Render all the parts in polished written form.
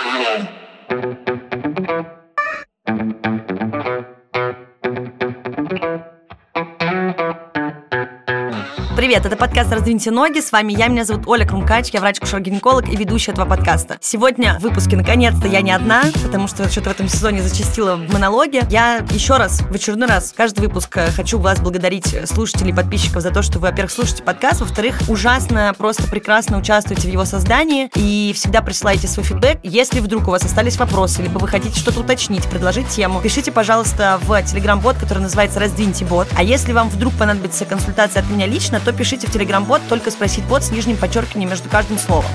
Привет, это подкаст «Раздвиньте ноги». С вами меня зовут Оля Крумкач, я врач-акушер-гинеколог и ведущая этого подкаста. Сегодня в выпуске, наконец-то, я не одна, потому что что-то в этом сезоне зачастила в монологе. Я еще раз, в очередной раз, каждый выпуск хочу вас благодарить, слушателей и подписчиков, за то, что вы, во-первых, слушаете подкаст, во-вторых, ужасно, просто прекрасно участвуете в его создании и всегда присылаете свой фидбэк. Если вдруг у вас остались вопросы, либо вы хотите что-то уточнить, предложить тему, пишите, пожалуйста, в Telegram-бот, который называется «Раздвиньте бот». А если вам вдруг понадобится консультация от меня лично, то пишите в Telegram-бот, только спросить бот с нижним подчеркиванием между каждым словом.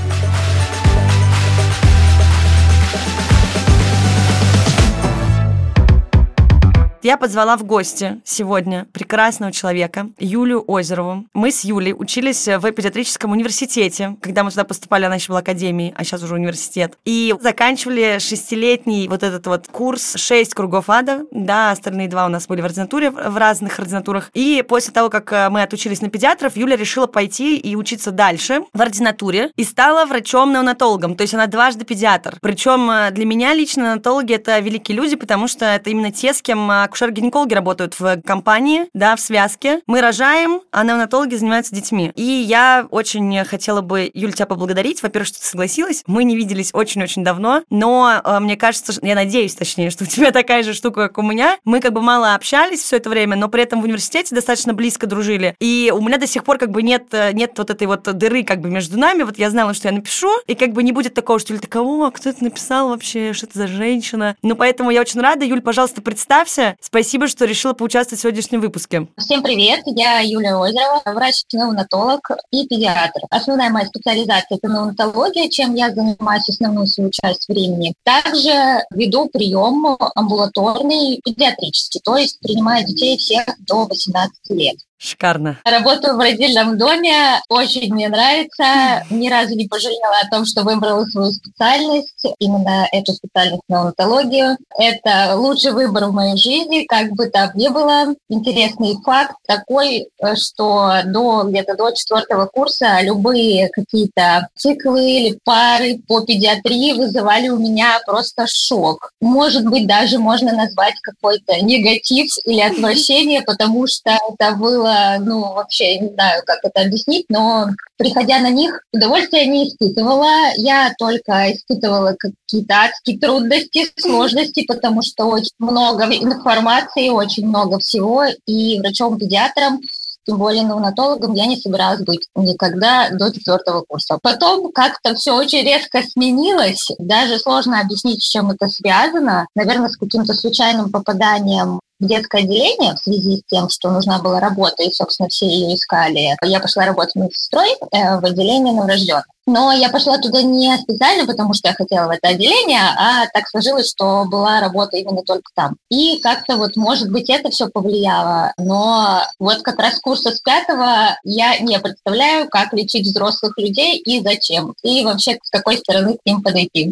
Я позвала в гости сегодня прекрасного человека, Юлию Озерову. Мы с Юлей учились в педиатрическом университете. Когда мы туда поступали, она еще была академией, а сейчас уже университет. И заканчивали 6-летний вот этот вот курс, 6 кругов ада. Да, остальные 2 у нас были в ординатуре, в разных ординатурах. И после того, как мы отучились на педиатров, Юля решила пойти и учиться дальше в ординатуре и стала врачом-неонатологом. То есть она дважды педиатр. Причем для меня лично неонатологи — это великие люди, потому что это именно те, с кем акушер-гинекологи работают в компании, да, в связке. Мы рожаем, а неонатологи занимаются детьми. И я очень хотела бы, Юль, тебя поблагодарить. Во-первых, что ты согласилась. Мы не виделись очень-очень давно, но мне кажется, я надеюсь, точнее, что у тебя такая же штука, как у меня. Мы как бы мало общались все это время, но при этом в университете достаточно близко дружили. И у меня до сих пор как бы нет вот этой вот дыры как бы между нами. Вот я знала, что я напишу, и как бы не будет такого, что Юль такая: о, кто это написал вообще, что это за женщина? Ну, поэтому я очень рада. Юль, пожалуйста, представься. Спасибо, что решила поучаствовать в сегодняшнем выпуске. Всем привет, я Юлия Озерова, врач-неонатолог и педиатр. Основная моя специализация – это неонатология, чем я занимаюсь основную свою часть времени. Также веду прием амбулаторный педиатрический, то есть принимаю детей всех до 18 лет. Шикарно. Работаю в родильном доме, очень мне нравится. Ни разу не пожалела о том, что выбрала свою специальность, именно эту специальность неонатологию. Это лучший выбор в моей жизни, как бы там ни было. Интересный факт такой, что где-то до 4 курса любые какие-то циклы или пары по педиатрии вызывали у меня просто шок. Может быть, даже можно назвать какой-то негатив или отвращение, потому что это было, вообще, я не знаю, как это объяснить, но приходя на них, удовольствия не испытывала. Я только испытывала какие-то адские трудности, сложности, потому что очень много информации, очень много всего, и врачом-педиатром, тем более неонатологом, я не собиралась быть никогда до 4 курса. Потом как-то все очень резко сменилось. Даже сложно объяснить, с чем это связано. Наверное, с каким-то случайным попаданием в детское отделение в связи с тем, что нужна была работа, и, собственно, все ее искали. Я пошла работать медсестрой в отделении новорожденных. Но я пошла туда не специально, потому что я хотела в это отделение, а так сложилось, что была работа именно только там. И как-то вот, может быть, это все повлияло. Но вот как раз курса с 5 я не представляю, как лечить взрослых людей и зачем. И вообще, с какой стороны к ним подойти.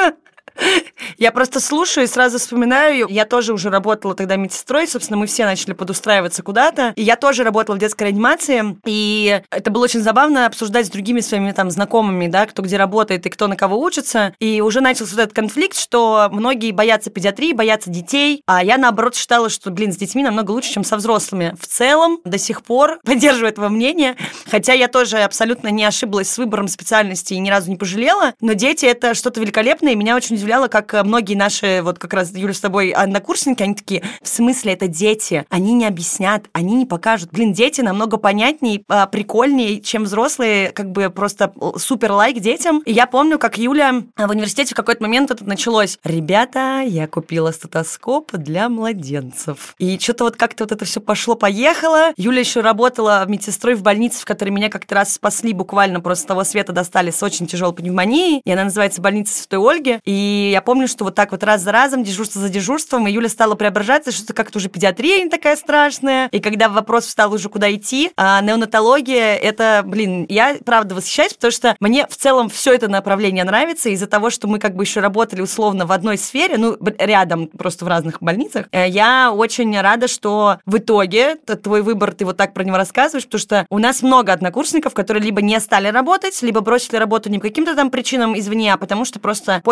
Я просто слушаю и сразу вспоминаю, я тоже уже работала тогда медсестрой, собственно, мы все начали подустраиваться куда-то, и я тоже работала в детской реанимации, и это было очень забавно обсуждать с другими своими там знакомыми, да, кто где работает и кто на кого учится, и уже начался вот этот конфликт, что многие боятся педиатрии, боятся детей, а я, наоборот, считала, что, с детьми намного лучше, чем со взрослыми. В целом, до сих пор поддерживаю этого мнения, хотя я тоже абсолютно не ошиблась с выбором специальности и ни разу не пожалела, но дети — это что-то великолепное, и меня очень удивляло, как многие наши, вот как раз, Юля, с тобой однокурсники, они такие: в смысле, это дети, они не объяснят, они не покажут. Дети намного понятнее, прикольнее, чем взрослые, как бы просто супер лайк детям. И я помню, как Юля в университете в какой-то момент это началось: ребята, я купила стетоскоп для младенцев. И что-то вот как-то вот это все пошло-поехало. Юля еще работала медсестрой в больнице, в которой меня как-то раз спасли, буквально просто с того света достали с очень тяжелой пневмонией, и она называется больница Святой Ольги. И я помню, что вот так вот раз за разом, дежурство за дежурством, и Юля стала преображаться, что как-то уже педиатрия не такая страшная. И когда вопрос встал уже, куда идти, неонатология, это, я правда восхищаюсь, потому что мне в целом все это направление нравится, из-за того, что мы как бы еще работали условно в одной сфере, рядом, просто в разных больницах. Я очень рада, что в итоге твой выбор, ты вот так про него рассказываешь, потому что у нас много однокурсников, которые либо не стали работать, либо бросили работу не по каким-то там причинам извне, а потому что просто поняли, что они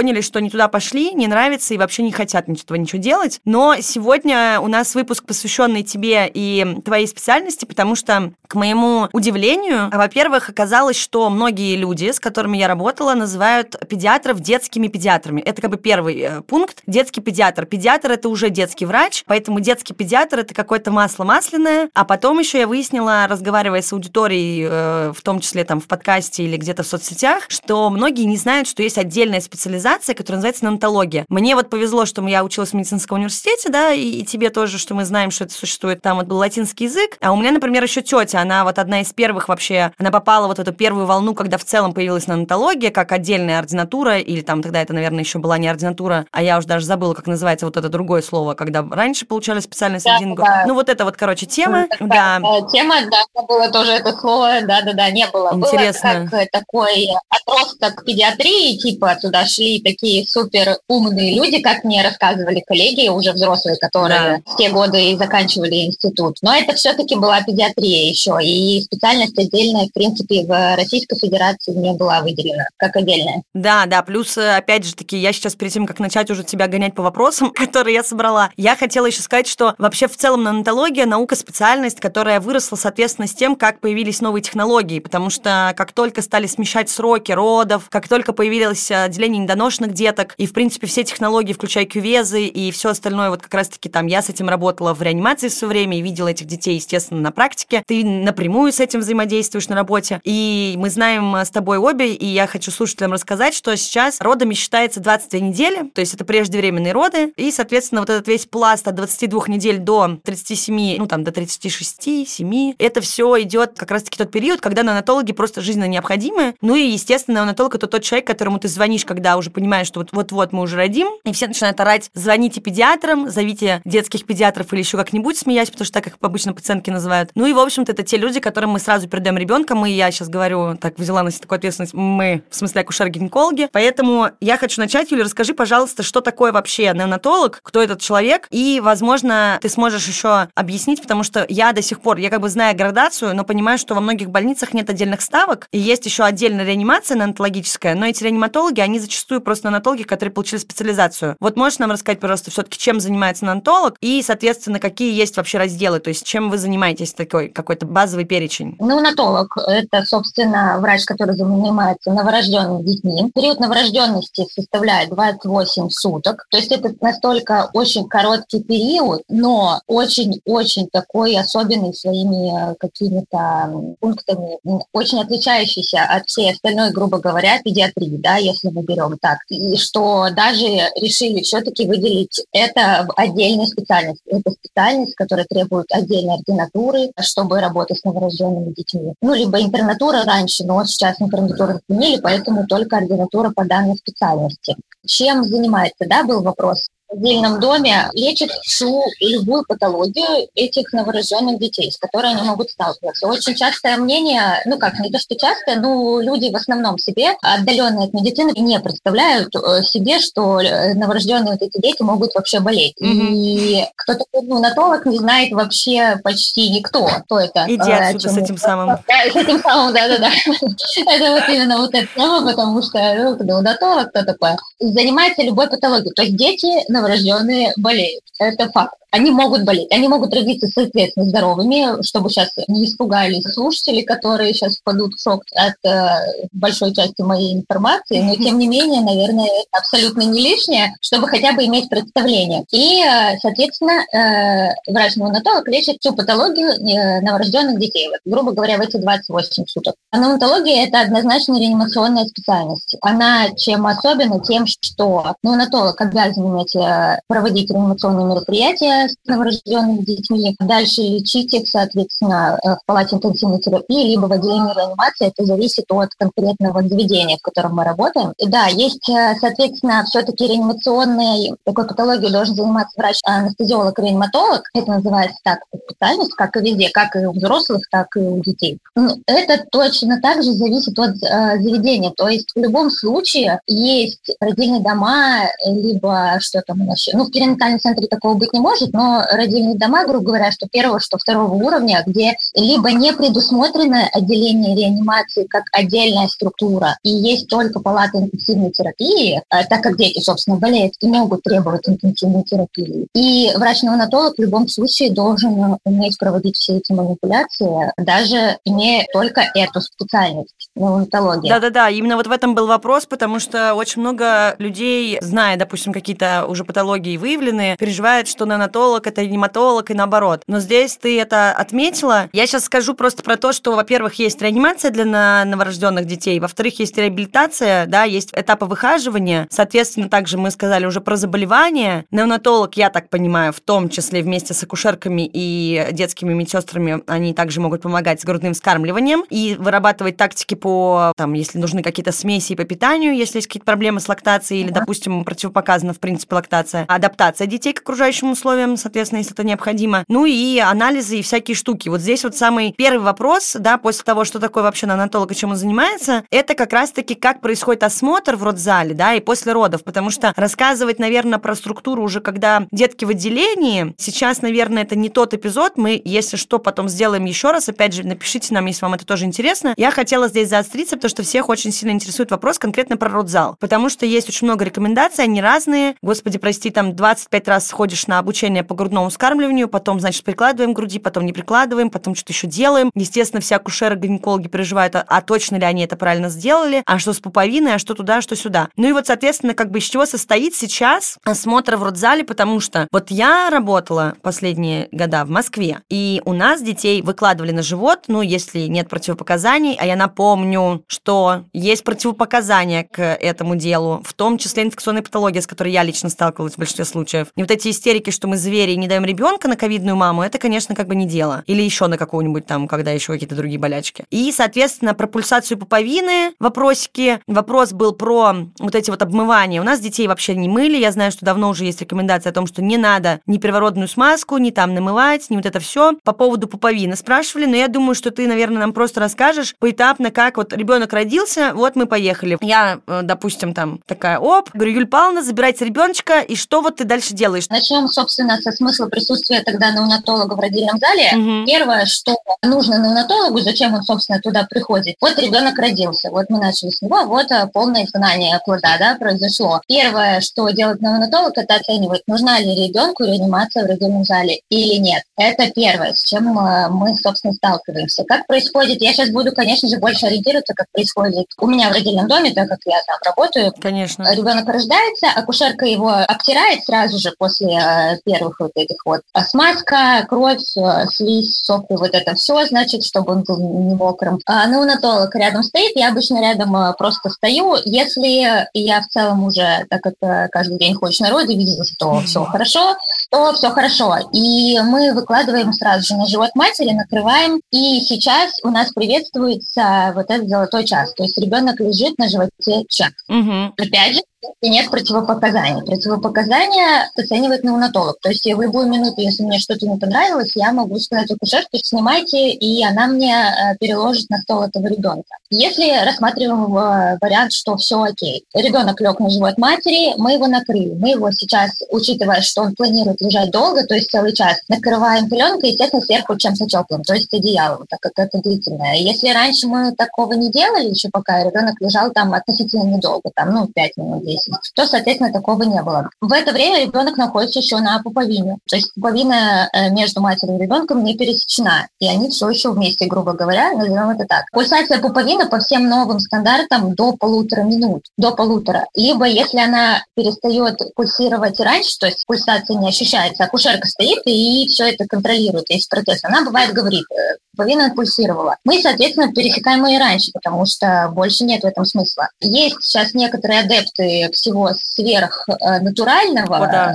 не туда пошли, не нравится и вообще не хотят ничего делать. Но сегодня у нас выпуск, посвященный тебе и твоей специальности, потому что, к моему удивлению, во-первых, оказалось, что многие люди, с которыми я работала, называют педиатров детскими педиатрами. Это как бы первый пункт. Детский педиатр. Педиатр — это уже детский врач, поэтому детский педиатр — это какое-то масло масляное. А потом еще я выяснила, разговаривая с аудиторией, в том числе там в подкасте или где-то в соцсетях, что многие не знают, что есть отдельная специализация, которая называется неонатология. Мне вот повезло, что я училась в медицинском университете, да, и тебе тоже, что мы знаем, что это существует. Там вот был латинский язык. А у меня, например, еще тетя, она вот одна из первых вообще, она попала вот в эту первую волну, когда в целом появилась неонатология, как отдельная ординатура, или там тогда это, наверное, еще была не ординатура, а я уже даже забыла, как называется вот это другое слово, когда раньше получали специальность один год. Ну, вот это вот, короче, тема. Да. Тема, да, было тоже это слово, да, не было. Интересно. Было как такой отросток педиатрии, типа туда шли такие супер умные люди, как мне рассказывали коллеги, уже взрослые, которые в те годы и заканчивали институт. Но это все-таки была педиатрия еще, и специальность отдельная, в принципе, в Российской Федерации не была выделена как отдельная. Да, плюс, опять же таки, я сейчас перед тем, как начать уже тебя гонять по вопросам, которые я собрала, я хотела еще сказать, что вообще в целом неонатология — наука, специальность, которая выросла, соответственно, с тем, как появились новые технологии, потому что как только стали смещать сроки родов, как только появилось отделение недоношенных деток, и, в принципе, все технологии, включая кювезы и все остальное, вот как раз-таки там я с этим работала в реанимации все время и видела этих детей, естественно, на практике. Ты напрямую с этим взаимодействуешь на работе. И мы знаем с тобой обе, и я хочу слушателям рассказать, что сейчас родами считается 22 недели, то есть это преждевременные роды, и, соответственно, вот этот весь пласт от 22 недель до 37, ну там до 36, 7, это все идет как раз-таки тот период, когда неонатологи просто жизненно необходимы. Ну и, естественно, неонатолог — это тот человек, которому ты звонишь, когда уже понимаешь, что вот-вот мы уже родим, и все начинают орать: звоните педиатрам, зовите детских педиатров или еще как-нибудь, смеясь, потому что так их обычно пациентки называют. Ну и, в общем-то, это те люди, которым мы сразу передаем ребенка. Я сейчас говорю, так взяла на себя такую ответственность, мы, в смысле, акушеры-гинекологи. Поэтому я хочу начать. Юля, расскажи, пожалуйста, что такое вообще неонатолог, кто этот человек, и, возможно, ты сможешь еще объяснить, потому что я до сих пор, я как бы знаю градацию, но понимаю, что во многих больницах нет отдельных ставок, и есть еще отдельная реанимация неонатологическая, но эти реаниматологи, они зачастую просто неонатологи, которые получили специализацию. Вот можешь нам рассказать, пожалуйста, все-таки, чем занимается неонатолог и, соответственно, какие есть вообще разделы, то есть чем вы занимаетесь, такой какой-то базовый перечень? Неонатолог – это, собственно, врач, который занимается новорожденными детьми. Период новорожденности составляет 28 суток, то есть это настолько очень короткий период, но очень-очень такой особенный своими какими-то пунктами, очень отличающийся от всей остальной, грубо говоря, педиатрии, да, если мы берем так. И что даже решили все-таки выделить это в отдельную специальность. Это специальность, которая требует отдельной ординатуры, чтобы работать с новорожденными детьми. Ну, либо интернатура раньше, но сейчас интернатуру отменили, поэтому только ординатура по данной специальности. Чем занимается, да, был вопрос? В отдельном доме лечат всю любую патологию этих новорожденных детей, с которой они могут сталкиваться. Очень частое мнение, ну как, не то что частое, но люди в основном себе, отдаленные от медицины, не представляют себе, что новорожденные вот эти дети могут вообще болеть. И кто такой неонатолог, не знает вообще почти никто, кто это. Иди отсюда с этим самым. Да, с этим самым, да. Это вот именно вот эта тема, потому что неонатолог, кто такой? Занимается любой патологией. То есть дети новорожденные болеют. Это факт. Они могут болеть, они могут родиться, соответственно, здоровыми, чтобы сейчас не испугались слушатели, которые сейчас впадут в шок от большой части моей информации, но, тем не менее, наверное, это абсолютно не лишнее, чтобы хотя бы иметь представление. И, соответственно, врач-неонатолог лечит всю патологию новорожденных детей, вот, грубо говоря, в эти 28 суток. А неонатология – это однозначно реанимационная специальность. Она чем особенна? Тем, что неонатолог обязан проводить реанимационные мероприятия с новорожденными детьми, дальше лечить их, соответственно, в палате интенсивной терапии, либо в отделении реанимации. Это зависит от конкретного заведения, в котором мы работаем. И да, есть, соответственно, все-таки реанимационной такой патологией должен заниматься врач-анестезиолог-реаниматолог. Это называется так специальность, как и везде, как и у взрослых, так и у детей. Это точно так же зависит от заведения. То есть в любом случае есть родильные дома, либо что там, там у нас еще. В перинатальном центре такого быть не может, но родильные дома, грубо говоря, что первого, что второго уровня, где либо не предусмотрено отделение реанимации как отдельная структура, и есть только палата интенсивной терапии, так как дети, собственно, болеют и могут требовать интенсивной терапии. И врач-неонатолог в любом случае должен уметь проводить все эти манипуляции, даже имея только эту специальность неонатологии. Да-да-да, именно вот в этом был вопрос, потому что очень много людей, зная, допустим, какие-то уже патологии выявленные, переживают, что неонатолог – это реаниматолог и наоборот. Но здесь ты это отметила. Я сейчас скажу просто про то, что, во-первых, есть реанимация для новорожденных детей, во-вторых, есть реабилитация, да, есть этапы выхаживания. Соответственно, также мы сказали уже про заболевания. Неонатолог, я так понимаю, в том числе вместе с акушерками и детскими медсестрами, они также могут помогать с грудным вскармливанием и вырабатывать тактики по, там, если нужны какие-то смеси по питанию, если есть какие-то проблемы с лактацией или, допустим, противопоказана, в принципе, лактация, адаптация детей к окружающим условиям, соответственно, если это необходимо. Ну и анализы и всякие штуки. Вот здесь вот самый первый вопрос, да, после того, что такое вообще неонатолог и чем он занимается, это как раз-таки как происходит осмотр в родзале, да, и после родов, потому что рассказывать, наверное, про структуру уже, когда детки в отделении, сейчас, наверное, это не тот эпизод, мы, если что, потом сделаем еще раз, опять же, напишите нам, если вам это тоже интересно. Я хотела здесь заостриться, потому что всех очень сильно интересует вопрос конкретно про родзал, потому что есть очень много рекомендаций, они разные. Господи, прости, там 25 раз сходишь на обучение по грудному вскармливанию, потом, значит, прикладываем к груди, потом не прикладываем, потом что-то еще делаем. Естественно, все акушеры, гинекологи переживают, а точно ли они это правильно сделали, а что с пуповиной, а что туда, а что сюда. Ну и вот, соответственно, как бы из чего состоит сейчас осмотр в родзале, потому что вот я работала последние года в Москве, и у нас детей выкладывали на живот, ну, если нет противопоказаний, а я напомню, что есть противопоказания к этому делу, в том числе инфекционная патология, с которой я лично сталкивалась в большинстве случаев. И вот эти истерики, что мы звери и не даем ребенка на ковидную маму, это, конечно, как бы не дело. Или еще на какую-нибудь там, когда еще какие-то другие болячки. И, соответственно, про пульсацию пуповины вопросики. Вопрос был про вот эти вот обмывания. У нас детей вообще не мыли. Я знаю, что давно уже есть рекомендация о том, что не надо ни первородную смазку, ни там намывать, ни вот это все. По поводу пуповины спрашивали, но я думаю, что ты, наверное, нам просто расскажешь поэтапно, как вот ребенок родился, вот мы поехали. Я, допустим, там такая, говорю, Юль Павловна, забирайте ребеночка, и что вот ты дальше делаешь? Начнем, собственно, со смысла присутствия тогда неонатолога в родильном зале. Первое, что нужно неонатологу, зачем он, собственно, туда приходит. Вот ребенок родился, вот мы начали с него, вот полное изгнание плода, да, произошло. Первое, что делает неонатолог, это оценивать, нужна ли ребенку реанимация в родильном зале или нет. Это первое, с чем мы, собственно, сталкиваемся. Как происходит, я сейчас буду, конечно же, больше ориентироваться, как происходит у меня в родильном доме, так как я там работаю. Конечно. Ребенок рождается, акушерка его обтирает сразу же после первых вот этих вот. Смазка, кровь, слизь, сопли, вот это все, значит, чтобы он был не мокрым. Неонатолог рядом стоит, я обычно рядом просто стою. Если я в целом уже, так как каждый день ходишь на роды, видела, что все хорошо, то все хорошо. И мы выкладываем сразу же на живот матери, накрываем. И сейчас у нас приветствуется вот этот золотой час. То есть ребенок лежит на животе час. Опять же, и нет противопоказаний. Противопоказания оценивает неонатолог. То есть в любую минуту, если мне что-то не понравилось, я могу сказать акушерке, снимайте, и она мне переложит на стол этого ребенка. Если рассматриваем вариант, что все окей, ребенок лег на живот матери, мы его накрыли. Мы его сейчас, учитывая, что он планирует лежать долго, то есть целый час, накрываем пеленкой, естественно, сверху чем-то теплым, то есть одеялом, так как это длительное. Если раньше мы такого не делали, еще пока ребенок лежал там относительно недолго, там, 5 минут, то, соответственно, такого не было. В это время ребенок находится еще на пуповине. То есть пуповина между матерью и ребенком не пересечена. И они все еще вместе, грубо говоря, назовем это так. Пульсация пуповины по всем новым стандартам до 1,5 минут. До 1,5. Либо если она перестает пульсировать раньше, то есть пульсация не ощущается, акушерка стоит и все это контролирует, есть протез. Она бывает говорит, пуповина пульсировала. Мы, соответственно, пересекаем ее раньше, потому что больше нет в этом смысла. Есть сейчас некоторые адепты всего сверхнатурального,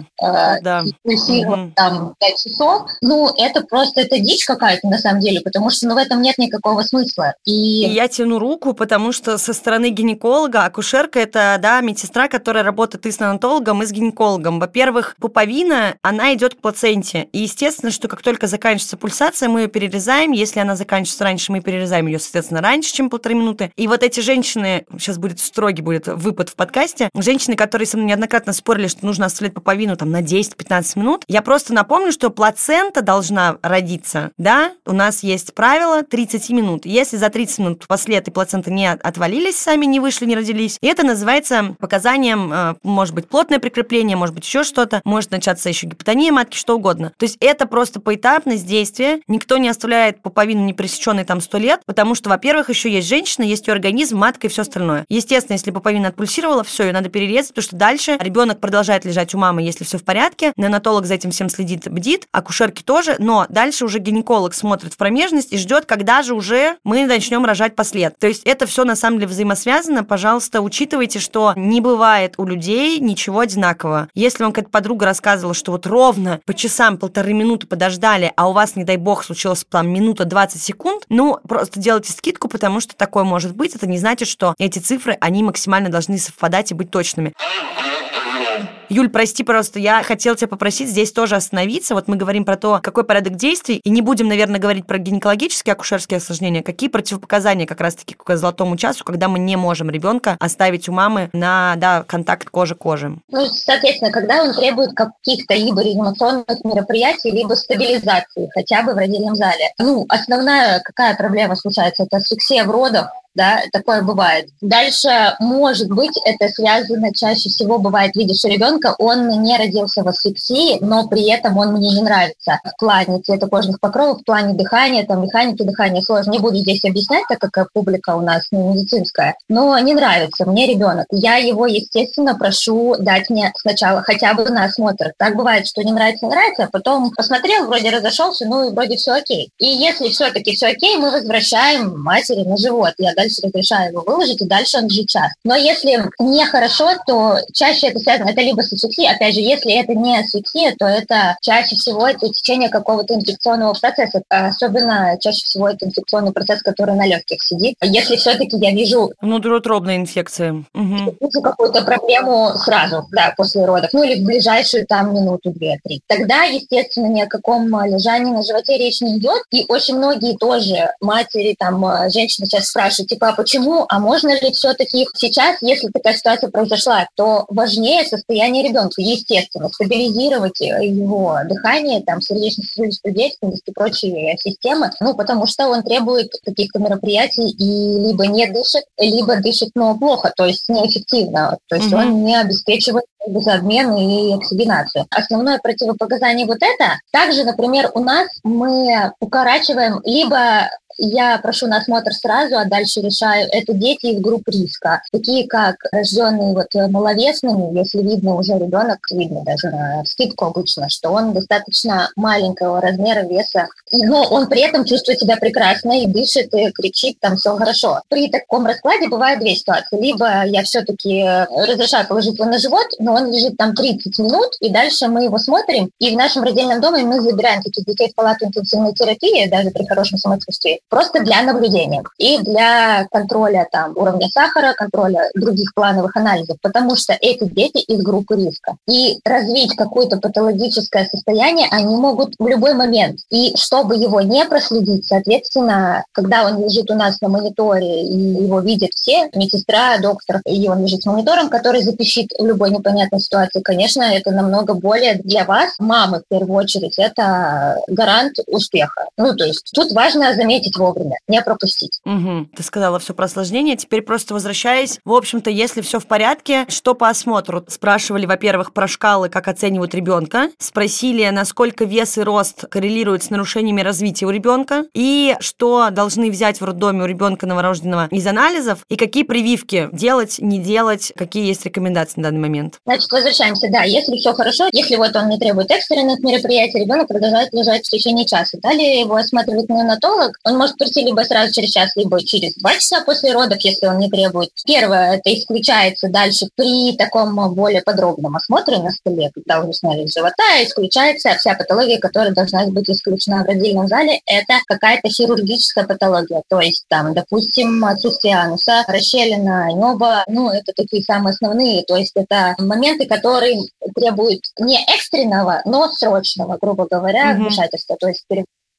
там 5 часов, это просто, это дичь какая-то на самом деле, потому что в этом нет никакого смысла. И я тяну руку, потому что со стороны гинеколога, акушерка – это, медсестра, которая работает и с неонатологом, и с гинекологом. Во-первых, пуповина, она идет к плаценте, и естественно, что как только заканчивается пульсация, мы ее перерезаем, если если она заканчивается раньше, мы перерезаем ее, соответственно, раньше, чем 1,5 минуты. И вот эти женщины, сейчас будет строгий выпад в подкасте, женщины, которые со мной неоднократно спорили, что нужно оставлять пуповину там на 10-15 минут, я просто напомню, что плацента должна родиться, да, у нас есть правило 30 минут. Если за 30 минут после этой плаценты не отвалились сами, не вышли, не родились, и это называется показанием, может быть, плотное прикрепление, может быть, еще что-то, может начаться еще гипотония матки, что угодно. То есть это просто поэтапность действия, никто не оставляет пуповину непресеченной там 100 лет, потому что, во-первых, еще есть женщина, есть организм, матка и все остальное. Естественно, если пуповина отпульсировала, все, ее надо перерезать, потому что дальше ребенок продолжает лежать у мамы, если все в порядке, неонатолог за этим всем следит, бдит, акушерки тоже, но дальше уже гинеколог смотрит в промежность и ждет, когда же уже мы начнем рожать послед. То есть это все на самом деле взаимосвязано. Пожалуйста, учитывайте, что не бывает у людей ничего одинакового. Если вам какая-то подруга рассказывала, что вот ровно по часам 1,5 минуты подождали, а у вас, не дай бог, случилось там минута 20 секунд, ну, просто делайте скидку, потому что такое может быть. Это не значит, что эти цифры, они максимально должны совпадать и быть точными. Юль, прости, пожалуйста, я хотела тебя попросить здесь тоже остановиться. Вот мы говорим про то, какой порядок действий, и не будем, наверное, говорить про гинекологические акушерские осложнения, какие противопоказания как раз-таки к золотому часу, когда мы не можем ребенка оставить у мамы на контакт кожи к коже. Ну, соответственно, когда он требует каких-то либо реанимационных мероприятий, либо стабилизации, хотя бы в родильном зале. Ну, основная какая проблема случается, это асфиксия в родах, да, такое бывает. Дальше, может быть, это связано, чаще всего бывает, видишь, у ребенка он не родился в асфиксии, но при этом он мне не нравится в плане цветокожных покровов, в плане дыхания, там, механики дыхания сложно. Не буду здесь объяснять, так как публика у нас не медицинская, но не нравится мне ребенок. Я его, естественно, прошу дать мне сначала хотя бы на осмотр. Так бывает, что не нравится, а потом посмотрел, вроде разошелся, ну и вроде все окей. И если все-таки все окей, мы возвращаем матери на живот. Я дальше разрешаю его выложить, и дальше он жить час. Но если нехорошо, то чаще это связано, это либо с асфиксией, опять же, если это не асфиксия, то это чаще всего это течение какого-то инфекционного процесса, особенно чаще всего это инфекционный процесс, который на легких сидит. Если все-таки я вижу... Внутриутробная инфекция. Вижу какую-то проблему сразу, да, после родов, ну или в ближайшую там минуту, 2-3. Тогда, естественно, ни о каком лежании на животе речь не идет, и очень многие тоже матери, там, женщины сейчас спрашивают, типа, а почему, а можно ли все-таки сейчас, если такая ситуация произошла, то важнее состояние ребенка, естественно, стабилизировать его дыхание, там, сердечно-сосудистую деятельность и прочие системы, ну, потому что он требует каких-то мероприятий и либо не дышит, либо дышит, но плохо, то есть неэффективно, то есть он не обеспечивает газообмен и оксигенацию. Основное противопоказание вот это. Также, например, у нас мы укорачиваем либо я прошу на осмотр сразу, а дальше решаю. Это дети из групп риска, такие как рожденные вот маловесными, если видно уже ребенок, видно даже на скидку обычно, что он достаточно маленького размера, веса, но он при этом чувствует себя прекрасно и дышит, и кричит, там все хорошо. При таком раскладе бывает две ситуации. Либо я все-таки разрешаю положить его на живот, но он лежит там 30 минут, и дальше мы его смотрим, и в нашем родильном доме мы забираем таких детей в палату интенсивной терапии, даже при хорошем самочувствии, просто для наблюдения и для контроля там уровня сахара, контроля других плановых анализов, потому что эти дети из группы риска. И развить какое-то патологическое состояние они могут в любой момент. И чтобы его не проследить, соответственно, когда он лежит у нас на мониторе и его видят все, медсестра, доктор, и он лежит с монитором, который запищит в любой непонятной ситуации, конечно, это намного более для вас, мамы в первую очередь, это гарант успеха. Ну, то есть тут важно заметить вовремя, не пропустить. Ты сказала все про осложнения. Теперь просто возвращаясь, в общем-то, если все в порядке, что по осмотру? Спрашивали, во-первых, про шкалы, как оценивают ребенка. Спросили, насколько вес и рост коррелируют с нарушениями развития у ребенка. И что должны взять в роддоме у ребенка новорожденного из анализов. И какие прививки делать, не делать, какие есть рекомендации на данный момент. Значит, возвращаемся. Да, если все хорошо, если вот он не требует экстренных мероприятий, ребенок продолжает лежать в течение часа. Далее его осматривает неонатолог. Он может прийти либо сразу через час, либо через 2 часа после родов, если он не требует. Первое, это исключается дальше при таком более подробном осмотре на столе, когда уже сняли с живота, исключается вся патология, которая должна быть исключена в родильном зале. Это какая-то хирургическая патология, то есть там, допустим, отсутствие ануса, расщелина, небо, ну, это такие самые основные, то есть это моменты, которые требуют не экстренного, но срочного, грубо говоря, вмешательства, то есть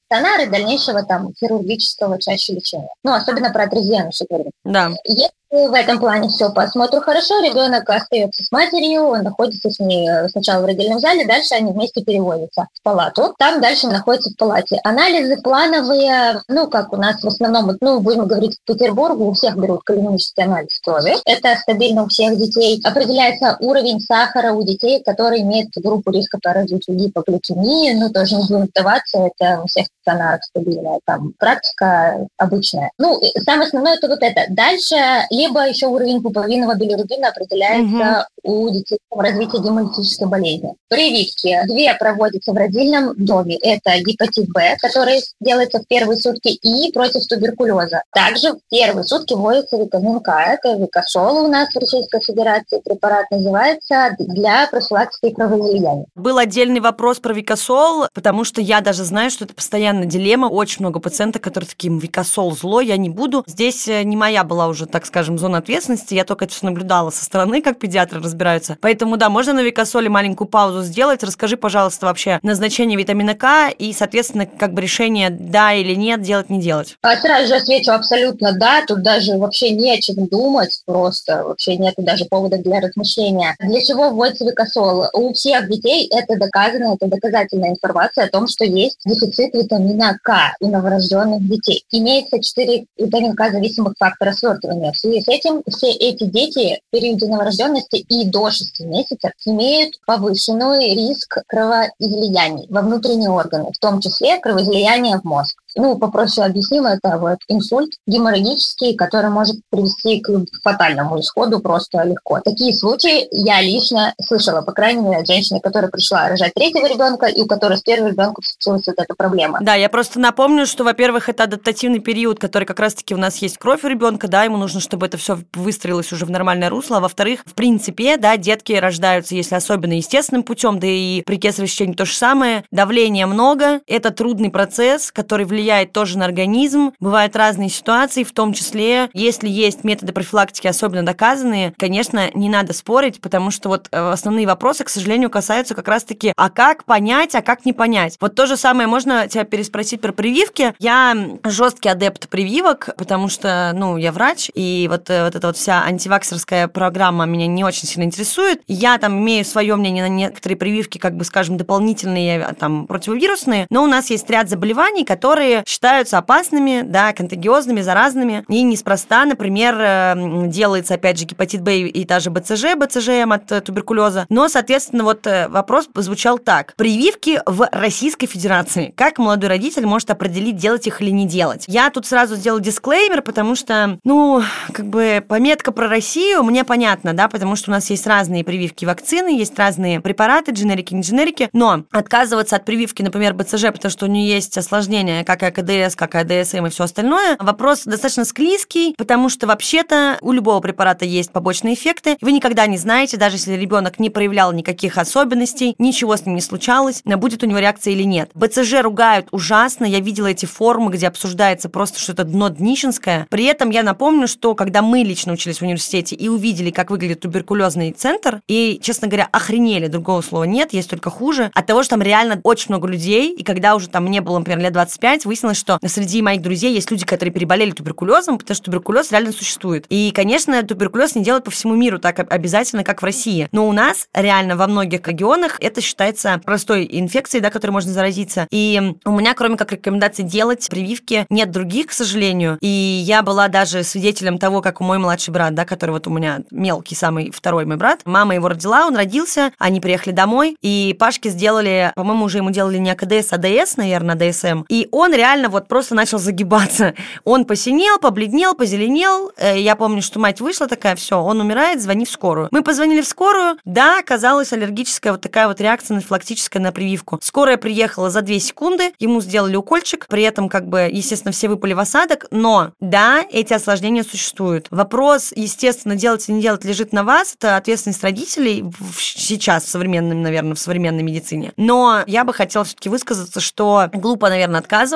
стационар и дальнейшего там хирургического чаще лечения. Ну, особенно про атразиану все говорим. Да. Если в этом плане все по осмотру хорошо, ребенок остается с матерью, он находится с ней сначала в родильном зале, дальше они вместе переводятся в палату. Там дальше находится в палате. Анализы плановые, ну, как у нас в основном, ну, будем говорить, в Петербурге у всех берут калинический анализ крови. Это стабильно у всех детей. Определяется уровень сахара у детей, которые имеют группу риска по развитию гипогликемии. Ну, тоже не будем вдаваться, это у всех стационарах стабильная там практика обычная. Ну, самое основное это вот это. Дальше либо еще уровень пуповинного билирубина определяется у детей в развитии гемолитической болезни. Прививки. 2 проводятся в родильном доме. Это гепатит Б, который делается в первые сутки, и против туберкулеза. Также в первые сутки вводится витамин К. Это викосол у нас в Российской Федерации. Препарат называется для профилактики кровоизлияний. Был отдельный вопрос про викосол, потому что я даже знаю, что это постоянная дилемма. Очень много пациентов, которые такие: викосол зло, я не буду. Здесь не моя была уже, так скажем, зона ответственности. Я только это все наблюдала со стороны, как педиатры разбираются. Поэтому, да, можно на викосоле маленькую паузу сделать. Расскажи, пожалуйста, вообще назначение витамина К и, соответственно, как бы решение да или нет, делать, не делать. Сразу же отвечу абсолютно да. Тут даже вообще не о чем думать. Просто вообще нет даже повода для размышления. Для чего вводится викосол? У всех детей это доказано, это доказательная информация о том, что есть дефицит витамина К у новорожденных детей. Имеется 4 витамин К зависимых фактора свертывания. В связи с этим все эти дети в периоде новорожденности и до 6 месяцев имеют повышенный риск кровоизлияний во внутренние органы, в том числе кровоизлияния в мозг. Ну, попроще объясним, это вот инсульт геморрагический, который может привести к фатальному исходу просто легко. Такие случаи я лично слышала, по крайней мере, от женщины, которая пришла рожать 3-го ребенка, и у которой с 1-м ребенком случилась вот эта проблема. Да, я просто напомню, что, во-первых, это адаптативный период, который как раз-таки у нас есть кровь у ребенка, да, ему нужно, чтобы это все выстроилось уже в нормальное русло. А во-вторых, в принципе, да, детки рождаются, если особенно естественным путем, да и при кесаревом сечении то же самое. Давления много, это трудный процесс, который влияет тоже на организм. Бывают разные ситуации, в том числе, если есть методы профилактики особенно доказанные, конечно, не надо спорить, потому что вот основные вопросы, к сожалению, касаются как раз-таки, а как понять, а как не понять. Вот то же самое можно тебя переспросить про прививки. Я жесткий адепт прививок, потому что, ну, я врач, и вот эта вот вся антиваксерская программа меня не очень сильно интересует. Я там имею свое мнение на некоторые прививки, как бы, скажем, дополнительные, там, противовирусные, но у нас есть ряд заболеваний, которые считаются опасными, да, контагиозными, заразными, и неспроста, например, делается, опять же, гепатит Б и та же БЦЖ от туберкулеза, но, соответственно, вот вопрос звучал так. Прививки в Российской Федерации. Как молодой родитель может определить, делать их или не делать? Я тут сразу сделаю дисклеймер, потому что, ну, как бы пометка про Россию мне понятна, да, потому что у нас есть разные прививки и вакцины, есть разные препараты, дженерики, не дженерики, но отказываться от прививки, например, БЦЖ, потому что у нее есть осложнения, как АКДС, как АДСМ и все остальное, вопрос достаточно склизкий, потому что вообще-то у любого препарата есть побочные эффекты. Вы никогда не знаете, даже если ребенок не проявлял никаких особенностей, ничего с ним не случалось, будет у него реакция или нет. БЦЖ ругают ужасно, я видела эти форумы, где обсуждается просто, что это дно днищенское. При этом я напомню, что когда мы лично учились в университете и увидели, как выглядит туберкулезный центр, и, честно говоря, охренели, другого слова нет, есть только хуже, от того, что там реально очень много людей, и когда уже там мне было, например, лет 25, выяснилось, что среди моих друзей есть люди, которые переболели туберкулезом, потому что туберкулез реально существует. И, конечно, туберкулез не делают по всему миру так обязательно, как в России. Но у нас реально во многих регионах это считается простой инфекцией, да, которой можно заразиться. И у меня, кроме как рекомендаций делать прививки, нет других, к сожалению. И я была даже свидетелем того, как мой младший брат, да, который вот у меня мелкий, самый второй мой брат, мама его родила, он родился, они приехали домой, и Пашке сделали, по-моему, уже ему делали не АКДС, а ДС, наверное, ДСМ. И он реально вот просто начал загибаться. Он посинел, побледнел, позеленел. Я помню, что мать вышла такая: все, он умирает, звони в скорую. Мы позвонили в скорую, да, оказалась аллергическая вот такая вот реакция анафилактическая на прививку. Скорая приехала за 2 секунды, ему сделали укольчик, при этом, как бы, естественно, все выпали в осадок, но, да, эти осложнения существуют. Вопрос, естественно, делать или не делать лежит на вас, это ответственность родителей сейчас, в современной, наверное, в современной медицине. Но я бы хотела все-таки высказаться, что глупо, наверное, отказываться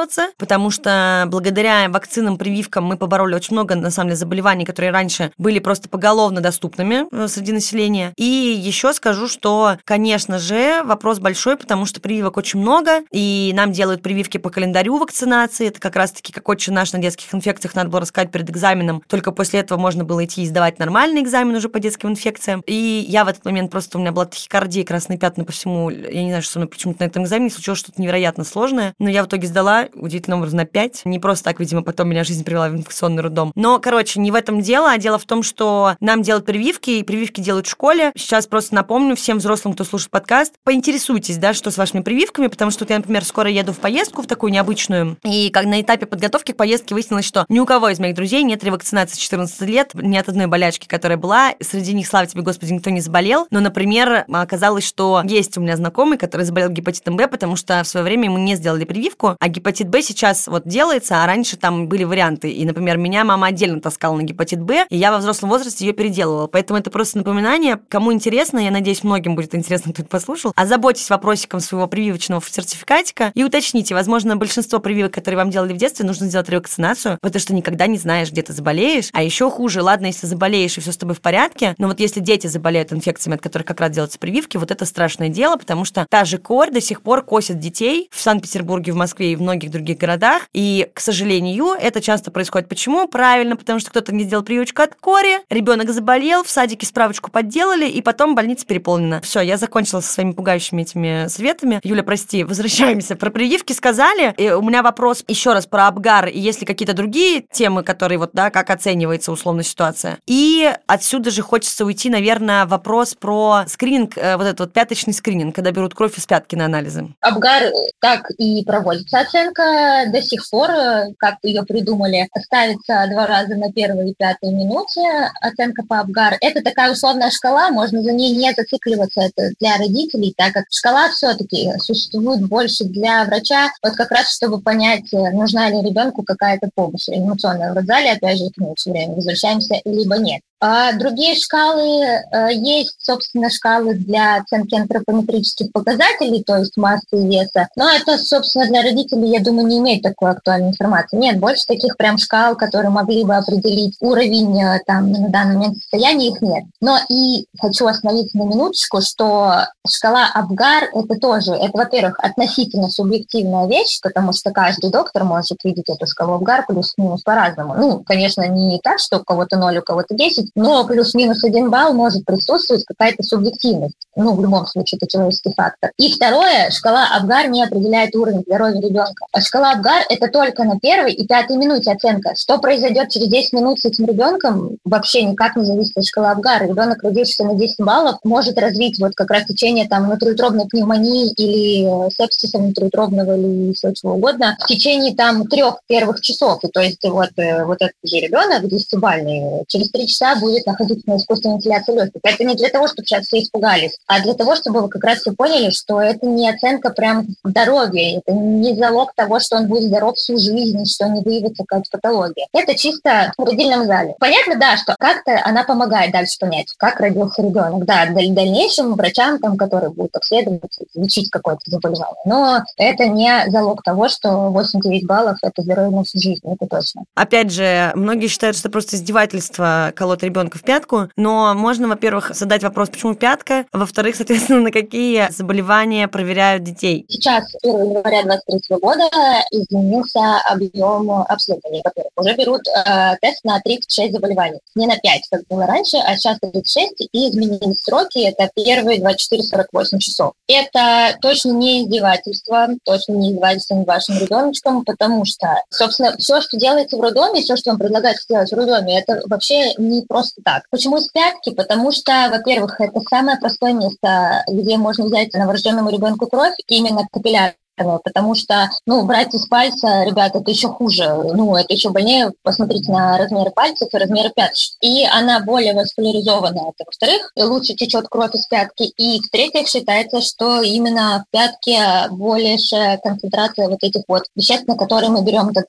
вакцинироваться, потому что благодаря вакцинам, прививкам мы побороли очень много, на самом деле, заболеваний, которые раньше были просто поголовно доступными среди населения. И еще скажу, что, конечно же, вопрос большой, потому что прививок очень много, и нам делают прививки по календарю вакцинации. Это как раз-таки как отче наш на детских инфекциях надо было рассказать перед экзаменом. Только после этого можно было идти и сдавать нормальный экзамен уже по детским инфекциям. И я в этот момент просто, у меня была тахикардия, красные пятна по всему. Я не знаю, что со мной почему-то на этом экзамене случилось что-то невероятно сложное. Но я в итоге сдала, удивительным образом, на 5. Не просто так, видимо, потом меня жизнь привела в инфекционный роддом. Но, короче, не в этом дело, а дело в том, что нам делают прививки, и прививки делают в школе. Сейчас просто напомню всем взрослым, кто слушает подкаст, поинтересуйтесь, да, что с вашими прививками, потому что я, например, скоро еду в поездку, в такую необычную, и как на этапе подготовки к поездке выяснилось, что ни у кого из моих друзей нет ревакцинации 14 лет, ни от одной болячки, которая была. Среди них, слава тебе, Господи, никто не заболел. Но, например, оказалось, что есть у меня знакомый, который заболел гепатитом Б, потому что в свое время ему не сделали прививку, а гепатит Б сейчас вот делается, а раньше там были варианты. И, например, меня мама отдельно таскала на гепатит Б, и я во взрослом возрасте ее переделывала. Поэтому это просто напоминание. Кому интересно, я надеюсь, многим будет интересно, кто это послушал, озаботьтесь вопросиком своего прививочного сертификатика и уточните, возможно, большинство прививок, которые вам делали в детстве, нужно сделать ревакцинацию, потому что никогда не знаешь, где ты заболеешь. А еще хуже, ладно, если заболеешь и все с тобой в порядке, но вот если дети заболеют инфекциями, от которых как раз делаются прививки, вот это страшное дело, потому что та же корь до сих пор косит детей в Санкт-Петербурге, в Москве и в многих других городах. И, к сожалению, это часто происходит. Почему? Правильно, потому что кто-то не сделал прививочку от кори, ребенок заболел, в садике справочку подделали, и потом больница переполнена. Все, я закончила со своими пугающими этими советами. Юля, прости, возвращаемся. Про прививки сказали. И у меня вопрос еще раз про Апгар, и есть ли какие-то другие темы, которые вот, да, как оценивается условно ситуация. И отсюда же хочется уйти, наверное, вопрос про скрининг, вот этот вот пяточный скрининг, когда берут кровь из пятки на анализы. Апгар так и проводится оценка до сих пор, как ее придумали, ставится 2 раза на 1-й и 5-й минуте оценка по Апгар. Это такая условная шкала, можно за ней не зацикливаться, это для родителей, так как шкала все-таки существует больше для врача, вот как раз чтобы понять, нужна ли ребенку какая-то помощь эмоционная в родзале, опять же, к нему все время возвращаемся, либо нет. А другие шкалы, есть, собственно, шкалы для оценки антропометрических показателей, то есть массы и веса, но это, собственно, для родителей, я думаю, не имеет такой актуальной информации. Нет, больше таких прям шкал, которые могли бы определить уровень там на данный момент состояния, их нет. Но и хочу остановиться на минуточку, что шкала Апгар, это тоже, это, во-первых, относительно субъективная вещь, потому что каждый доктор может видеть эту шкалу Апгар плюс-минус по-разному. Ну, конечно, не так, что у кого-то 0, у кого-то 10, но плюс-минус 1 балл может присутствовать какая-то субъективность. Ну, в любом случае, это человеческий фактор. И второе, шкала Апгар не определяет уровень здоровья ребенка. А шкала Апгар – это только на 1-й и 5-й минуте оценка. Что произойдет через 10 минут с этим ребенком, вообще никак не зависит от шкалы Апгар. Ребенок, родившийся на 10 баллов, может развить вот как раз течение там внутриутробной пневмонии или сепсиса внутриутробного или все чего угодно в течение там 3 первых часов. И то есть вот этот же ребенок 10-бальный через 3 часа будет находиться на искусственной вентиляции легких. Это не для того, чтобы сейчас все испугались, а для того, чтобы вы как раз все поняли, что это не оценка прям здоровья, это не залог того, что он будет здоров всю жизнь, что не выявится какая-то патология. Это чисто в родильном зале. Понятно, да, что как-то она помогает дальше понять, как родился ребенок. Да, дальнейшим врачам, там, которые будут обследовать, лечить какое-то заболевание. Но это не залог того, что 8-9 баллов – это здоровье на всю жизнь, это точно. Опять же, многие считают, что это просто издевательство колоть ребенка в пятку, но можно, во-первых, задать вопрос, почему пятка, а во-вторых, соответственно, на какие заболевания проверяют детей. Сейчас, 1 января 2023 года, изменился объем обследований. Во-первых, уже берут тест на 36 заболеваний. Не на 5, как было раньше, а сейчас 36, и изменились сроки. Это первые 24-48 часов. Это точно не издевательство, точно не издевательство над вашим ребеночком, потому что, собственно, все, что делается в роддоме, все, что вам предлагается сделать в роддоме, это вообще не просто так. Почему с пятки? Потому что, во-первых, это самое простое место, где можно взять новорожденному ребенку кровь, именно капиллярную, потому что, брать из пальца, ребята, это еще хуже, это еще больнее, посмотрите на размеры пальцев и размеры пяточек. И она более васкуляризована, это во-вторых, лучше течет кровь из пятки, и в-третьих, считается, что именно в пятке большая концентрация вот этих вот веществ, на которые мы берем этот тест.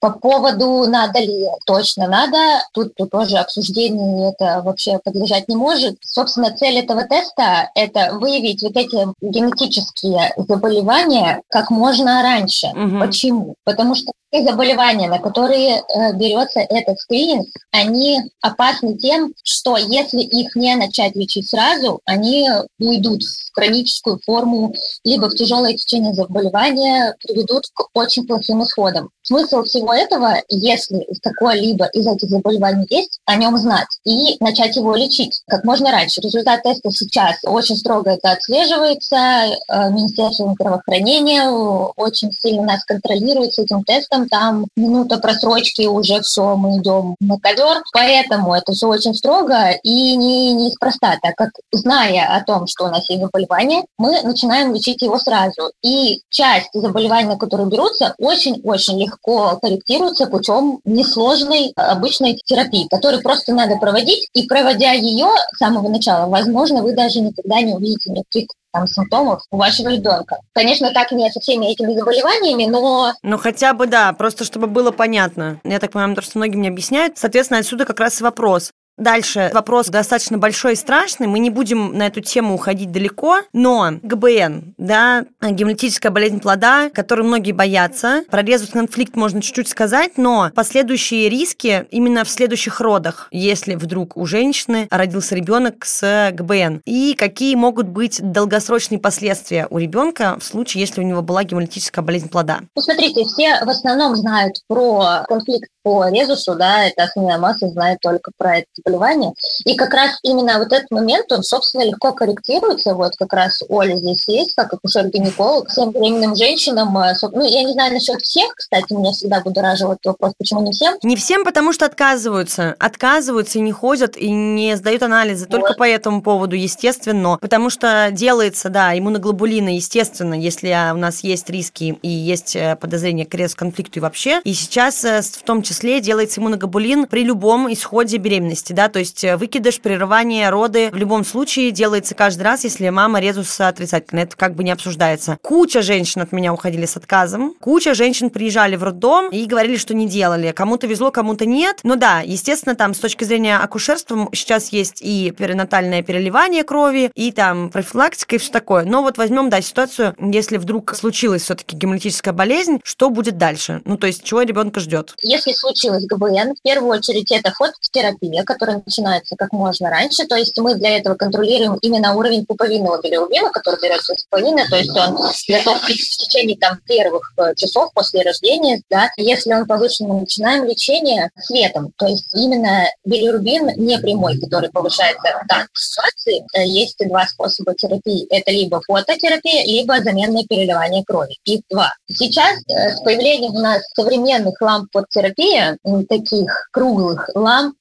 По поводу надо ли, точно надо, тут тоже обсуждению это вообще подлежать не может. Собственно, цель этого теста – это выявить вот эти генетические заболевания как можно раньше. Почему? Потому что те заболевания, на которые берется этот скрининг, они опасны тем, что если их не начать лечить сразу, они уйдут в хроническую форму, либо в тяжелое течение заболевания, приведут к очень плохим исходам. Смысл всего этого, если какое-либо из этих заболеваний есть, о нем знать и начать его лечить как можно раньше. Результат теста сейчас очень строго это отслеживается. Министерство здравоохранения очень сильно нас контролирует с этим тестом. Там минута просрочки, уже все, мы идем на ковер. Поэтому это все очень строго и неспроста, так как, зная о том, что у нас есть заболевание, мы начинаем лечить его сразу. И часть заболеваний, на которые берутся, очень-очень легко корректируется путем несложной обычной терапии, которую просто надо проводить. И проводя ее с самого начала, возможно, вы даже никогда не увидите никаких симптомов у вашего ребенка. Конечно, так не со всеми этими заболеваниями, но... Ну, хотя бы, да, просто чтобы было понятно. Я так понимаю, потому что многие мне объясняют. Соответственно, отсюда как раз и вопрос. Дальше вопрос достаточно большой и страшный, мы не будем на эту тему уходить далеко, но ГБН, да, гемолитическая болезнь плода, которой многие боятся, про резус-конфликт можно чуть-чуть сказать, но последующие риски именно в следующих родах, если вдруг у женщины родился ребенок с ГБН, и какие могут быть долгосрочные последствия у ребенка в случае, если у него была гемолитическая болезнь плода. Ну, смотрите, все в основном знают про конфликт по резусу, да, это основная масса знает только про это заболевание. И как раз именно вот этот момент, он, собственно, легко корректируется. Вот как раз Оля здесь есть, как акушер-гинеколог. Всем беременным женщинам, ну, я не знаю насчет всех, кстати, меня всегда будоражил этот вопрос, почему не всем? Не всем, потому что отказываются и не ходят, и не сдают анализы. Только вот по этому поводу, естественно. Потому что делается, да, иммуноглобулины, естественно, если у нас есть риски и есть подозрение к резус-конфликту и вообще. И сейчас в том числе делается иммуноглобулин при любом исходе беременности, да, то есть выкидыш, прерывание, роды в любом случае делается каждый раз, если мама резуса отрицательная, это как бы не обсуждается. Куча женщин от меня уходили с отказом, куча женщин приезжали в роддом и говорили, что не делали, кому-то везло, кому-то нет, но да, естественно, там с точки зрения акушерства сейчас есть и перинатальное переливание крови, и там профилактика и все такое, но вот возьмем, да, ситуацию, если вдруг случилась все-таки гемолитическая болезнь, что будет дальше? Ну, то есть, чего ребенка ждет? Если случилось ГБН, в первую очередь это фототерапия, которая начинается как можно раньше, то есть мы для этого контролируем именно уровень пуповинного билирубина, который берется из пуповины, то есть он готов в течение первых часов после рождения, да. Если он повышен, мы начинаем лечение светом, то есть именно билирубин не прямой, который повышается в данной ситуации. Есть два способа терапии, это либо фототерапия, либо заменное переливание крови. Их два. Сейчас с появлением у нас современных ламп фототерапии, таких круглых ламп,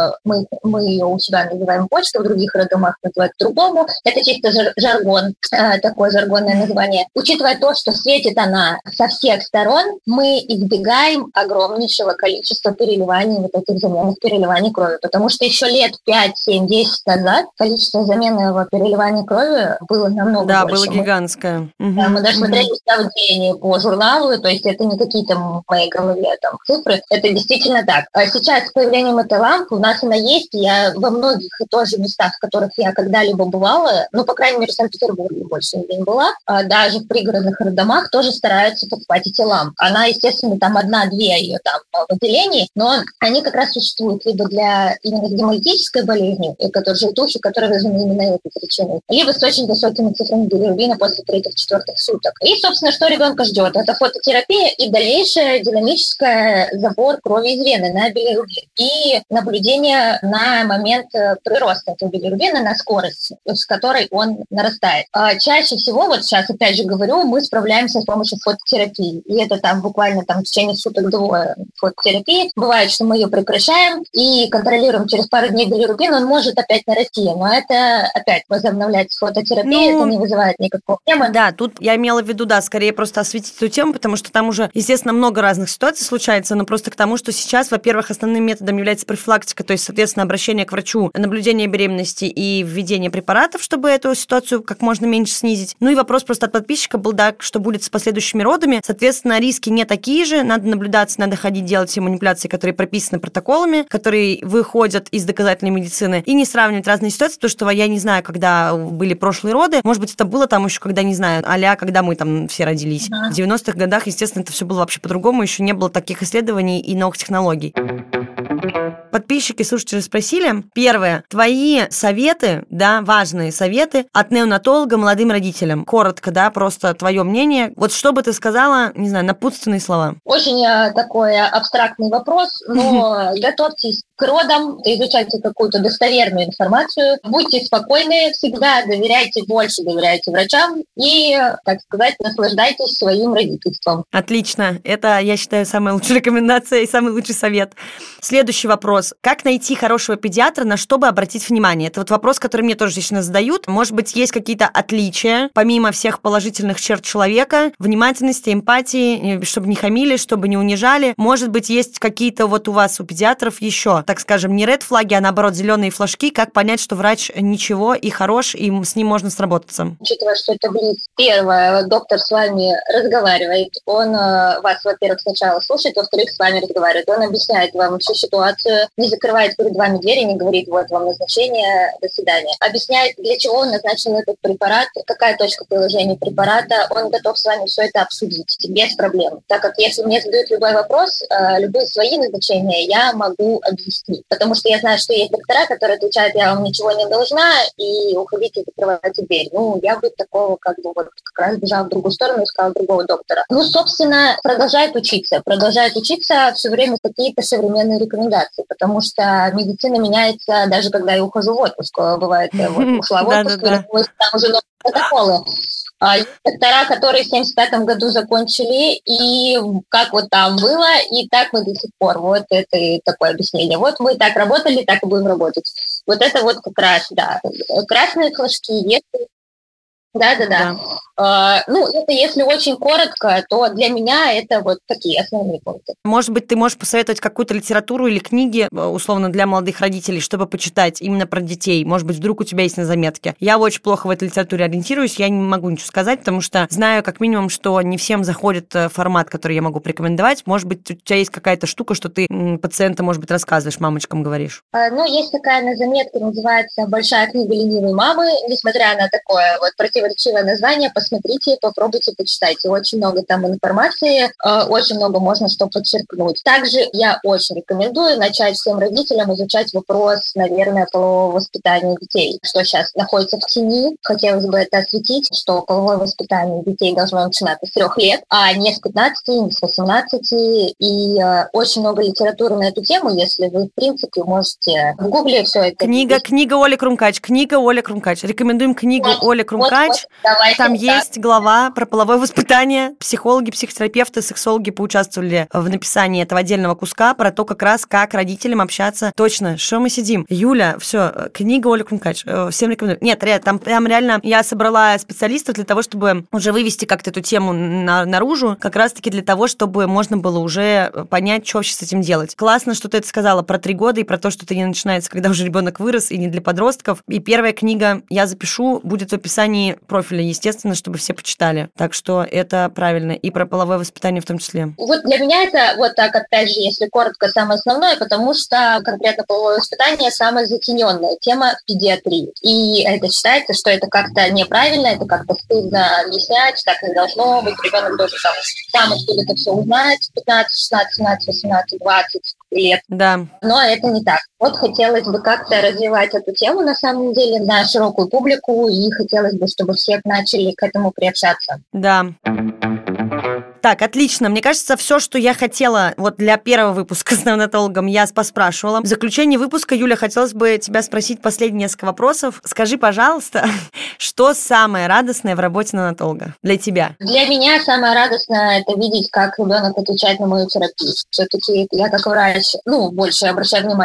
мы ее у себя называем почта, в других роддомах называют по-другому. Это чисто жаргон, такое жаргонное название. Учитывая то, что светит она со всех сторон, мы избегаем огромнейшего количества переливаний, вот этих заменных переливаний крови, потому что еще лет 5, 7, 10 назад количество заменного переливания крови было намного больше. Да, было гигантское. Мы даже смотрели выставления по журналу, то есть это не какие-то в моей голове там цифры, это действительно так. А сейчас с появлением этой лампы у нас она есть, я во многих тоже местах, в которых я когда-либо бывала, ну, по крайней мере, в Санкт-Петербурге больше нигде не была, даже в пригородных роддомах тоже стараются покупать эти лампы. Она, естественно, там одна-две ее там в отделении, но они как раз существуют либо для именно гемолитической болезни, которая желтухи, которая вызвана именно этой причиной, либо с очень высокими цифрами билирубина после 3-4 суток. И, собственно, что ребенка ждет? Это фототерапия и дальнейшая динамическая забор крови из вены на билирубин и наблюдение на момент прироста этого билирубина, на скорость, с которой он нарастает. Чаще всего, вот сейчас опять же говорю, мы справляемся с помощью фототерапии. И это там буквально в течение суток-двое фототерапии. Бывает, что мы ее прекращаем и контролируем через пару дней билирубин, он может опять нарасти. Но это опять возобновлять фототерапию, это не вызывает никакого проблемы. Да, тут я имела в виду, да, скорее просто осветить эту тему, потому что там уже, естественно, много разных ситуаций случается, но просто к тому, что сейчас, во-первых, основным методом является профилактика, то есть, соответственно, соответственно, обращение к врачу, наблюдение беременности и введение препаратов, чтобы эту ситуацию как можно меньше снизить. Ну и вопрос просто от подписчика был, да, что будет с последующими родами. Соответственно, риски не такие же, надо наблюдаться, надо ходить делать все манипуляции, которые прописаны протоколами, которые выходят из доказательной медицины, и не сравнивать разные ситуации, потому что я не знаю, когда были прошлые роды, может быть, это было там еще, когда, не знаю, а-ля, когда мы там все родились. В 90-х годах, естественно, это все было вообще по-другому, еще не было таких исследований и новых технологий. Подписчики, слушатели спросили. Первое. Твои советы, да, важные советы от неонатолога молодым родителям. Коротко, да, просто твое мнение. Вот что бы ты сказала, не знаю, напутственные слова? Очень такой абстрактный вопрос, но готовьтесь к родам, изучайте какую-то достоверную информацию, будьте спокойны всегда, больше доверяйте врачам и, так сказать, наслаждайтесь своим родительством. Отлично. Это, я считаю, самая лучшая рекомендация и самый лучший совет. Следующий вопрос. Как найти хорошего педиатра, на что бы обратить внимание? Это вот вопрос, который мне тоже лично задают. Может быть, есть какие-то отличия, помимо всех положительных черт человека, внимательности, эмпатии, чтобы не хамили, чтобы не унижали. Может быть, есть какие-то вот у вас, у педиатров еще, так скажем, не ред-флаги, а наоборот зеленые флажки. Как понять, что врач ничего и хорош, и с ним можно сработаться? Учитывая, что это близ, первое, доктор с вами разговаривает, он вас, во-первых, сначала слушает, во-вторых, с вами разговаривает, он объясняет вам всю ситуацию, не закрывает перед вами двери, не говорит, вот вам назначение, до свидания. Объясняет, для чего он назначил этот препарат, какая точка приложения препарата, он готов с вами все это обсудить без проблем. Так как если мне задают любой вопрос, любые свои назначения я могу объяснить. Потому что я знаю, что есть доктора, которые отвечают, я вам ничего не должна, и уходите, закрывайте дверь. Я бы такого как раз бежала в другую сторону, искала другого доктора. Собственно, продолжает учиться, все время какие-то современные рекомендации, потому что медицина меняется, даже когда я ухожу в отпуск. Бывает, ушла в отпуск, там уже новые протоколы. Есть доктора, которые в 1975 году закончили, и как вот там было, и так мы до сих пор. Вот это и такое объяснение. Вот мы так работали, так и будем работать. Вот это вот как раз, да. Красные флажки, если... Да. Это если очень коротко, то для меня это вот такие основные пункты. Может быть, ты можешь посоветовать какую-то литературу или книги, условно, для молодых родителей, чтобы почитать именно про детей? Может быть, вдруг у тебя есть на заметке? Я очень плохо в этой литературе ориентируюсь, я не могу ничего сказать, потому что знаю как минимум, что не всем заходит формат, который я могу порекомендовать. Может быть, у тебя есть какая-то штука, что ты пациентам, может быть, рассказываешь, мамочкам говоришь? Есть такая на заметке, называется «Большая книга ленивой мамы». Несмотря на такое противоречивое название, посмотрите, попробуйте, почитайте. Очень много там информации, очень много можно что подчеркнуть. Также я очень рекомендую начать всем родителям изучать вопрос, наверное, полового воспитания детей, что сейчас находится в тени. Хотелось бы это осветить, что половое воспитание детей должно начинаться с 3 лет, а не с 15, не с 18. И очень много литературы на эту тему, если вы, в принципе, можете в гугле все это... Книга Оли Крумкач. Рекомендуем книгу Оли Крумкач. Там есть глава про половое воспитание. Психологи, психотерапевты, сексологи поучаствовали в написании этого отдельного куска про то, как раз как родителям общаться. Точно, что мы сидим? Юля, все, книга Оли Крумкач. Всем рекомендую. Нет, там реально я собрала специалистов для того, чтобы уже вывести как-то эту тему наружу, как раз-таки для того, чтобы можно было уже понять, что вообще с этим делать. Классно, что ты это сказала про 3 года и про то, что это не начинается, когда уже ребенок вырос, и не для подростков. И первая книга, я запишу, будет в описании профиля, естественно, чтобы все почитали. Так что это правильно. И про половое воспитание в том числе. Вот для меня это, вот так, опять же, если коротко, самое основное, потому что конкретно половое воспитание самая затененная тема в педиатрии. И это считается, что это как-то неправильно, это как-то стыдно объяснять, так не должно быть. Ребенок должен сам откуда-то все узнать, 15, 16, 17, 18, 20 лет. Да. Но это не так. Вот хотелось бы как-то развивать эту тему, на самом деле, на широкую публику, и хотелось бы, чтобы все начали к этому приобщаться. Да. Так, отлично. Мне кажется, все, что я хотела вот для первого выпуска с неонатологом, я поспрашивала. В заключение выпуска, Юля, хотелось бы тебя спросить последние несколько вопросов. Скажи, пожалуйста, что самое радостное в работе неонатолога для тебя? Для меня самое радостное – это видеть, как ребенок отвечает на мою терапию. Все-таки я как врач, больше обращаю внимание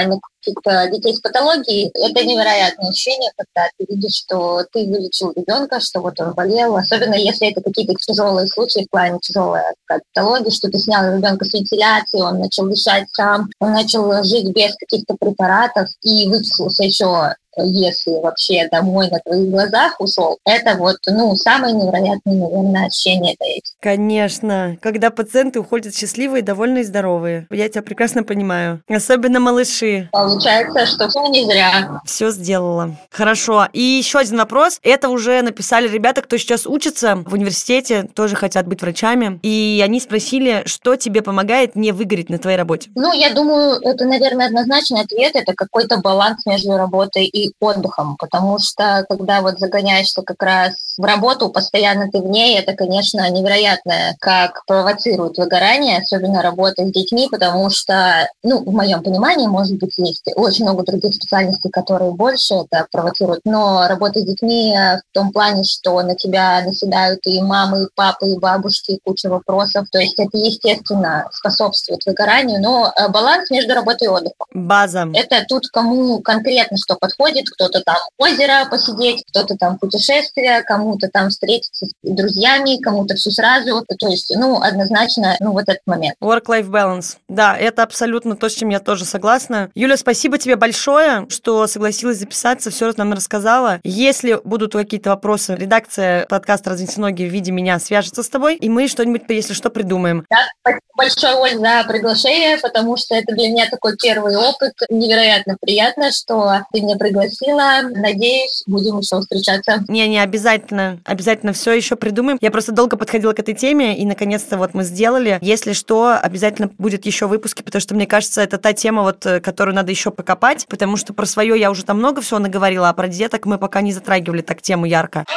каких-то детей с патологией, это невероятное ощущение, когда ты видишь, что ты вылечил ребенка, что вот он болел, особенно если это какие-то тяжелые случаи в плане тяжелой патологии, что ты снял ребенка с вентиляции, он начал дышать сам, он начал жить без каких-то препаратов и вычислился еще, если вообще домой на твоих глазах ушел, это вот, самое невероятное, наверное, ощущение это есть. Конечно. Когда пациенты уходят счастливые, довольные и здоровые. Я тебя прекрасно понимаю. Особенно малыши. Получается, что все не зря. Все сделала. Хорошо. И еще один вопрос. Это уже написали ребята, кто сейчас учится в университете, тоже хотят быть врачами. И они спросили, что тебе помогает не выгореть на твоей работе? Я думаю, это, наверное, однозначный ответ. Это какой-то баланс между работой и отдыхом, потому что когда вот загоняешься как раз в работу, постоянно ты в ней, это, конечно, невероятно, как провоцирует выгорание, особенно работа с детьми, потому что, в моем понимании, может быть, есть очень много других специальностей, которые больше это провоцируют, но работа с детьми в том плане, что на тебя наседают и мамы, и папы, и бабушки, и куча вопросов, то есть это, естественно, способствует выгоранию, но баланс между работой и отдыхом. База. Это тут кому конкретно что подходит, кто-то там озеро посидеть, кто-то там путешествия, кому-то там встретиться с друзьями, кому-то все сразу. То есть, однозначно, вот этот момент. Work-life balance. Да, это абсолютно то, с чем я тоже согласна. Юля, спасибо тебе большое, что согласилась записаться, все нам рассказала. Если будут какие-то вопросы, редакция подкаста «Раздвиньте ноги» в виде меня свяжется с тобой, и мы что-нибудь, если что, придумаем. Да, спасибо большое, Оль, за приглашение, потому что это для меня такой первый опыт. Невероятно приятно, что ты меня пригласила. Надеюсь, будем еще встречаться. Не, обязательно. Обязательно все еще придумаем. Я просто долго подходила к этой теме, и наконец-то вот мы сделали. Если что, обязательно будет еще выпуски, потому что, мне кажется, это та тема, которую надо еще покопать, потому что про свое я уже там много всего наговорила, а про деток мы пока не затрагивали так тему ярко.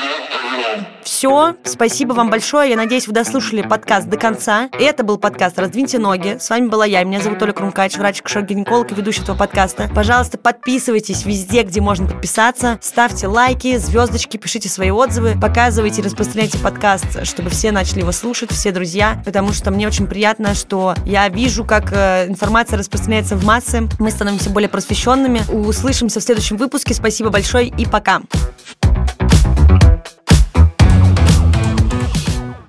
Все, спасибо вам большое. Я надеюсь, вы дослушали подкаст до конца. Это был подкаст «Раздвиньте ноги». С вами была я. Меня зовут Оля Крумкач, врач-акушер-гинеколог и ведущая этого подкаста. Пожалуйста, подписывайтесь везде, где можно подписаться. Ставьте лайки, звездочки, пишите свои отзывы. Показывайте, распространяйте подкаст, чтобы все начали его слушать, все друзья. Потому что мне очень приятно, что я вижу, как информация распространяется в массы. Мы становимся более просвещенными. Услышимся в следующем выпуске. Спасибо большое и пока.